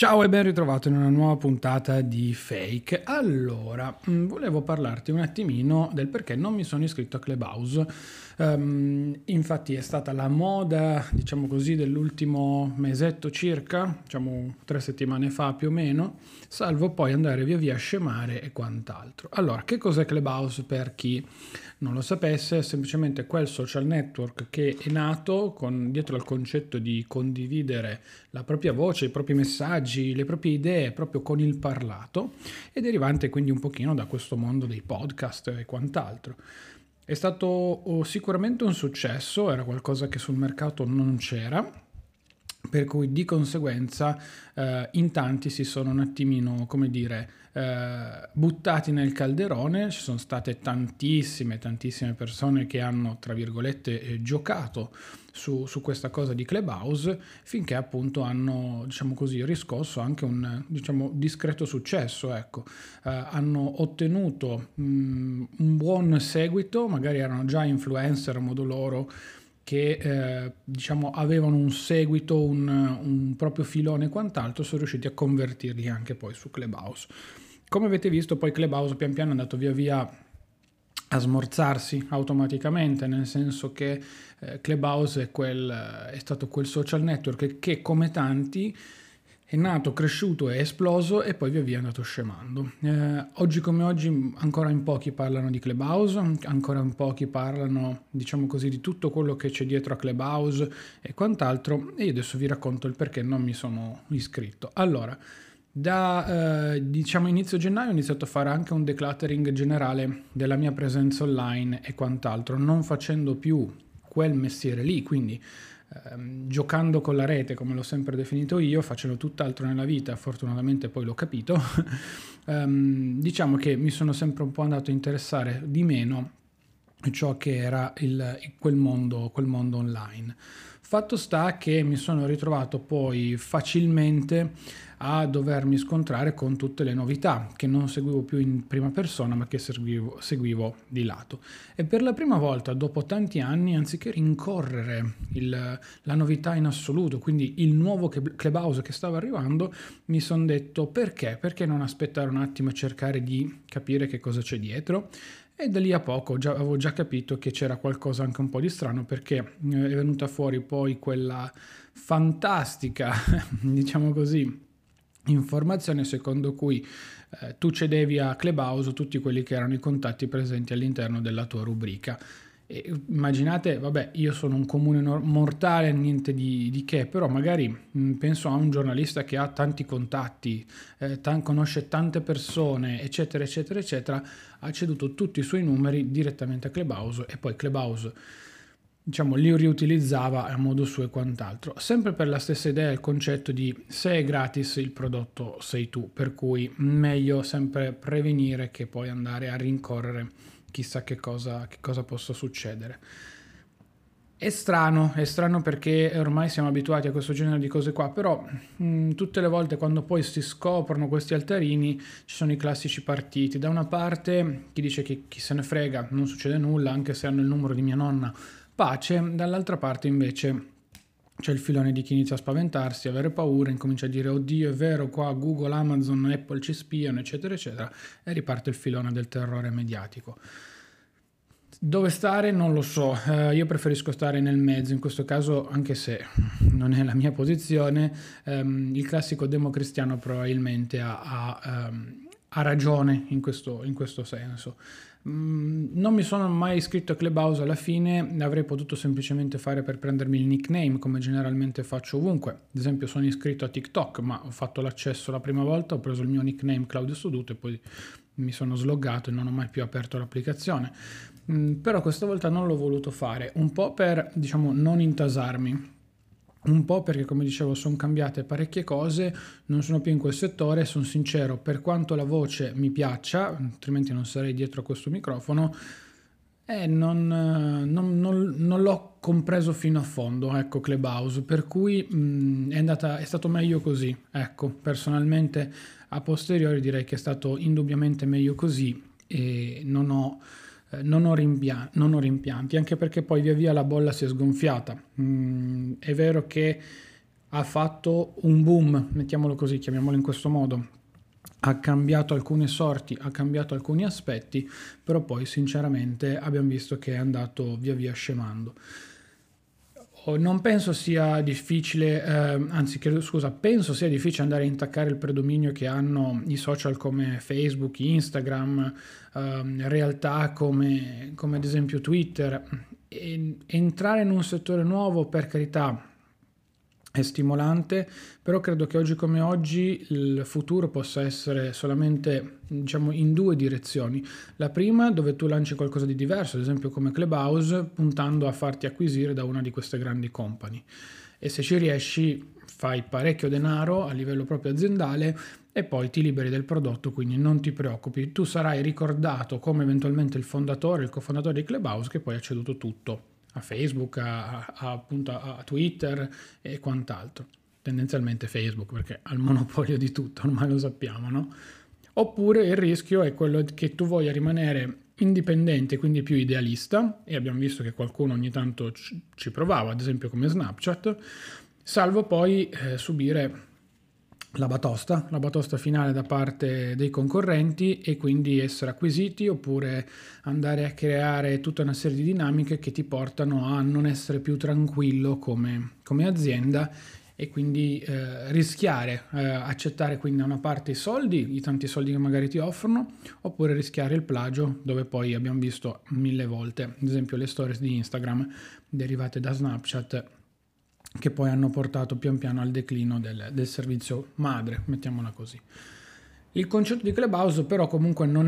Ciao e ben ritrovato in una nuova puntata di Fake. Allora, volevo parlarti un attimino del perché non mi sono iscritto a Clubhouse. Infatti è stata la moda, diciamo così, dell'ultimo mesetto circa, diciamo 3 settimane fa più o meno, salvo poi andare via via a scemare e quant'altro. Allora, che cos'è Clubhouse per chi non lo sapesse? È semplicemente quel social network che è nato dietro al concetto di condividere la propria voce, i propri messaggi, le proprie idee proprio con il parlato e derivante quindi un pochino da questo mondo dei podcast e quant'altro. È stato sicuramente un successo, era qualcosa che sul mercato non c'era, per cui di conseguenza in tanti si sono un attimino, come dire, buttati nel calderone. Ci sono state tantissime persone che hanno, tra virgolette, giocato su questa cosa di Clubhouse, finché appunto hanno, diciamo così, riscosso anche un, diciamo, discreto successo, ecco. Hanno ottenuto un buon seguito, magari erano già influencer a modo loro, che diciamo avevano un seguito, un proprio filone e quant'altro, sono riusciti a convertirli anche poi su Clubhouse. Come avete visto, poi Clubhouse pian piano è andato via via a smorzarsi automaticamente, nel senso che Clubhouse è stato quel social network che, come tanti, è nato, cresciuto e esploso e poi via via è andato scemando. Oggi come oggi ancora in pochi parlano di Clubhouse, ancora in pochi parlano, diciamo così, di tutto quello che c'è dietro a Clubhouse e quant'altro, e io adesso vi racconto il perché non mi sono iscritto. Allora, da diciamo inizio gennaio ho iniziato a fare anche un decluttering generale della mia presenza online e quant'altro, non facendo più quel mestiere lì, quindi giocando con la rete, come l'ho sempre definito io, facendo tutt'altro nella vita, fortunatamente poi l'ho capito. Diciamo che mi sono sempre un po' andato a interessare di meno ciò che era quel mondo online. Fatto sta che mi sono ritrovato poi facilmente a dovermi scontrare con tutte le novità che non seguivo più in prima persona, ma che seguivo di lato. E per la prima volta dopo tanti anni, anziché rincorrere la novità in assoluto, quindi il nuovo Clubhouse che stava arrivando, mi sono detto perché non aspettare un attimo e cercare di capire che cosa c'è dietro. E da lì a poco avevo già capito che c'era qualcosa anche un po' di strano, perché è venuta fuori poi quella fantastica, diciamo così, informazione secondo cui tu cedevi a Clubhouse tutti quelli che erano i contatti presenti all'interno della tua rubrica. E immaginate, vabbè, io sono un comune mortale, niente di che, però magari penso a un giornalista che ha tanti contatti, conosce tante persone, eccetera, eccetera, eccetera, ha ceduto tutti i suoi numeri direttamente a Clubhouse e poi Clubhouse, diciamo, li riutilizzava a modo suo e quant'altro. Sempre per la stessa idea, il concetto di se è gratis il prodotto sei tu, per cui meglio sempre prevenire che poi andare a rincorrere chissà che cosa possa succedere. È strano perché ormai siamo abituati a questo genere di cose qua, però tutte le volte quando poi si scoprono questi altarini ci sono i classici partiti. Da una parte chi dice che chi se ne frega, non succede nulla, anche se hanno il numero di mia nonna, pace. Dall'altra parte invece c'è il filone di chi inizia a spaventarsi, avere paura, incomincia a dire oddio è vero, qua Google, Amazon, Apple ci spiano, eccetera, eccetera, e riparte il filone del terrore mediatico. Dove stare non lo so, io preferisco stare nel mezzo in questo caso, anche se non è la mia posizione. Il classico democristiano probabilmente ha ragione in questo senso. Non mi sono mai iscritto a Clubhouse alla fine, l'avrei potuto semplicemente fare per prendermi il nickname come generalmente faccio ovunque. Ad esempio sono iscritto a TikTok, ma ho fatto l'accesso la prima volta, ho preso il mio nickname Claudio Stoduto e poi mi sono sloggato e non ho mai più aperto l'applicazione. Però questa volta non l'ho voluto fare, un po' per, diciamo, non intasarmi, un po' perché, come dicevo, sono cambiate parecchie cose, non sono più in quel settore, sono sincero, per quanto la voce mi piaccia, altrimenti non sarei dietro a questo microfono, non l'ho compreso fino a fondo, ecco, Clubhouse, per cui è stato meglio così, ecco, personalmente a posteriori direi che è stato indubbiamente meglio così e non ho rimpianti, anche perché poi via via la bolla si è sgonfiata. È vero che ha fatto un boom, mettiamolo così, chiamiamolo in questo modo, ha cambiato alcune sorti, ha cambiato alcuni aspetti, però poi sinceramente abbiamo visto che è andato via via scemando. Non penso sia difficile, penso sia difficile andare a intaccare il predominio che hanno i social come Facebook, Instagram, realtà come ad esempio Twitter. Entrare in un settore nuovo, per carità, è stimolante, però credo che oggi come oggi il futuro possa essere solamente, diciamo, in due direzioni. La prima, dove tu lanci qualcosa di diverso, ad esempio come Clubhouse, puntando a farti acquisire da una di queste grandi company. E se ci riesci, fai parecchio denaro a livello proprio aziendale e poi ti liberi del prodotto, quindi non ti preoccupi. Tu sarai ricordato come eventualmente il fondatore, il cofondatore di Clubhouse, che poi ha ceduto tutto a Facebook, appunto a Twitter e quant'altro. Tendenzialmente Facebook, perché ha il monopolio di tutto, ormai lo sappiamo, no? Oppure il rischio è quello che tu voglia rimanere indipendente, quindi più idealista, e abbiamo visto che qualcuno ogni tanto ci provava, ad esempio come Snapchat, salvo poi subire la batosta finale da parte dei concorrenti e quindi essere acquisiti, oppure andare a creare tutta una serie di dinamiche che ti portano a non essere più tranquillo come azienda e quindi rischiare, accettare quindi da una parte i tanti soldi che magari ti offrono, oppure rischiare il plagio, dove poi abbiamo visto 1000 volte, ad esempio le stories di Instagram derivate da Snapchat, che poi hanno portato pian piano al declino del servizio madre, mettiamola così. Il concetto di Clubhouse però comunque non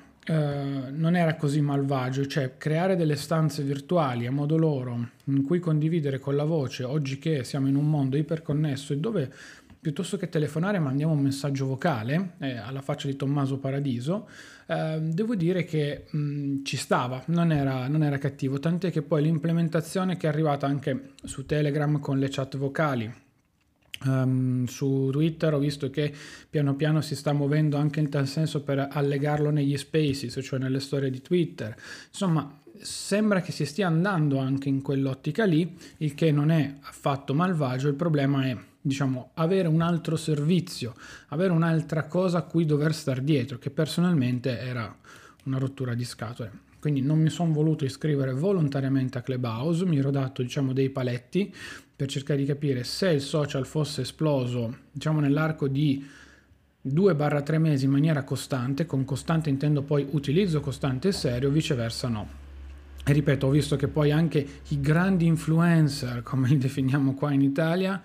era così malvagio, cioè creare delle stanze virtuali a modo loro in cui condividere con la voce, oggi che siamo in un mondo iperconnesso e dove piuttosto che telefonare mandiamo un messaggio vocale, alla faccia di Tommaso Paradiso, devo dire che ci stava, non era cattivo, tant'è che poi l'implementazione che è arrivata anche su Telegram con le chat vocali, su Twitter ho visto che piano piano si sta muovendo anche in tal senso per allegarlo negli spaces, cioè nelle storie di Twitter. Insomma, sembra che si stia andando anche in quell'ottica lì, il che non è affatto malvagio. Il problema è, diciamo, avere un altro servizio, avere un'altra cosa a cui dover star dietro, che personalmente era una rottura di scatole. Quindi non mi sono voluto iscrivere volontariamente a Clubhouse, mi ero dato, diciamo, dei paletti per cercare di capire se il social fosse esploso, diciamo, nell'arco di 2-3 mesi in maniera costante, con costante intendo poi utilizzo costante e serio, viceversa no. E ripeto, ho visto che poi anche i grandi influencer, come li definiamo qua in Italia,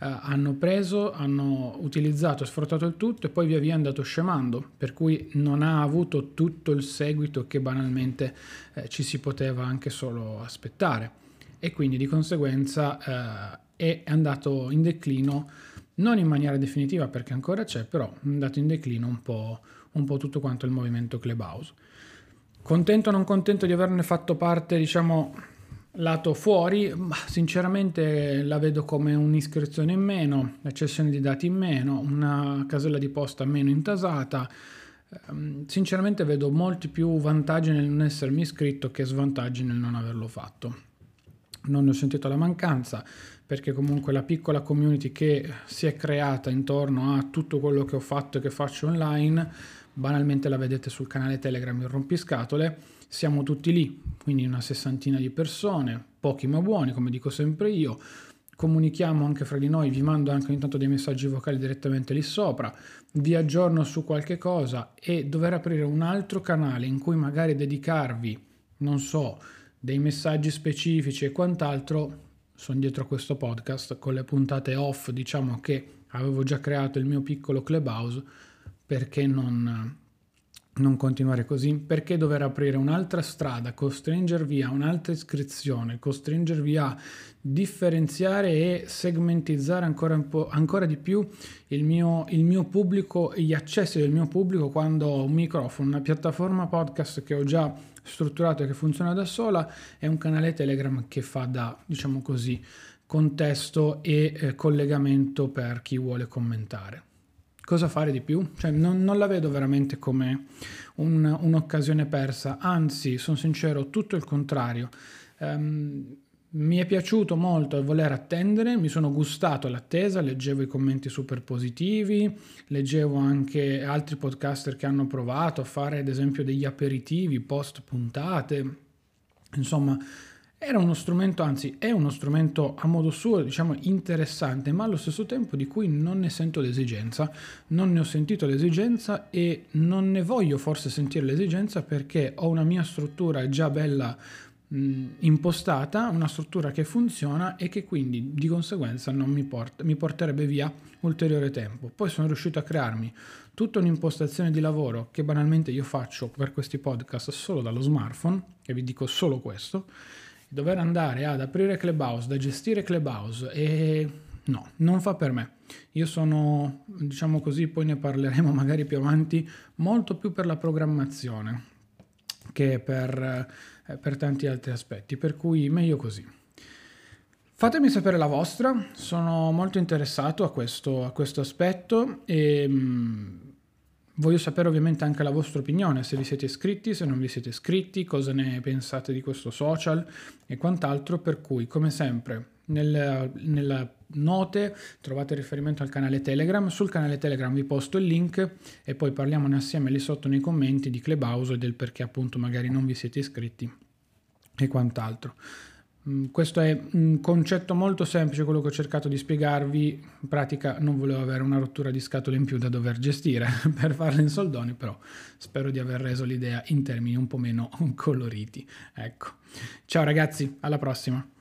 hanno utilizzato e sfruttato il tutto e poi via via è andato scemando, per cui non ha avuto tutto il seguito che banalmente ci si poteva anche solo aspettare. E quindi di conseguenza è andato in declino, non in maniera definitiva perché ancora c'è, però è andato in declino un po' tutto quanto il movimento Clubhouse. Contento o non contento di averne fatto parte, diciamo, lato fuori? Ma sinceramente la vedo come un'iscrizione in meno, l'accezione di dati in meno, una casella di posta meno intasata. Sinceramente vedo molti più vantaggi nel non essermi iscritto che svantaggi nel non averlo fatto. Non ne ho sentito la mancanza, perché comunque la piccola community che si è creata intorno a tutto quello che ho fatto e che faccio online, banalmente la vedete sul canale Telegram il Rompiscatole, siamo tutti lì, quindi una 60ina di persone, pochi ma buoni, come dico sempre io, comunichiamo anche fra di noi, vi mando anche ogni tanto dei messaggi vocali direttamente lì sopra, vi aggiorno su qualche cosa, e dover aprire un altro canale in cui magari dedicarvi, non so, dei messaggi specifici e quant'altro, sono dietro a questo podcast con le puntate off, diciamo che avevo già creato il mio piccolo Clubhouse, perché non continuare così? Perché dover aprire un'altra strada, costringervi a un'altra iscrizione, costringervi a differenziare e segmentizzare ancora di più il mio pubblico e gli accessi del mio pubblico, quando ho un microfono, una piattaforma podcast che ho già strutturato e che funziona da sola, e un canale Telegram che fa da, diciamo così, contesto e collegamento per chi vuole commentare. Cosa fare di più? Cioè, non la vedo veramente come un'occasione persa, anzi, sono sincero, tutto il contrario. Mi è piaciuto molto il voler attendere, mi sono gustato l'attesa, leggevo i commenti super positivi, leggevo anche altri podcaster che hanno provato a fare ad esempio degli aperitivi post puntate, insomma era uno strumento, anzi è uno strumento a modo suo, diciamo interessante, ma allo stesso tempo di cui non ne sento l'esigenza, non ne ho sentito l'esigenza e non ne voglio forse sentire l'esigenza perché ho una mia struttura già bella impostata, una struttura che funziona e che quindi di conseguenza non mi porterebbe via ulteriore tempo. Poi sono riuscito a crearmi tutta un'impostazione di lavoro che banalmente io faccio per questi podcast solo dallo smartphone, e vi dico solo questo, dover andare ad aprire Clubhouse, da gestire Clubhouse e no, non fa per me. Io sono, diciamo così, poi ne parleremo magari più avanti, molto più per la programmazione che per tanti altri aspetti, per cui meglio così. Fatemi sapere la vostra, sono molto interessato a questo aspetto e voglio sapere ovviamente anche la vostra opinione, se vi siete iscritti, se non vi siete iscritti, cosa ne pensate di questo social e quant'altro, per cui come sempre nella note trovate riferimento al canale Telegram, sul canale Telegram vi posto il link e poi parliamone assieme lì sotto nei commenti di Clubhouse e del perché appunto magari non vi siete iscritti e quant'altro. Questo è un concetto molto semplice, quello che ho cercato di spiegarvi. In pratica non volevo avere una rottura di scatole in più da dover gestire per farla in soldoni, però spero di aver reso l'idea in termini un po' meno coloriti. Ecco. Ciao ragazzi, alla prossima!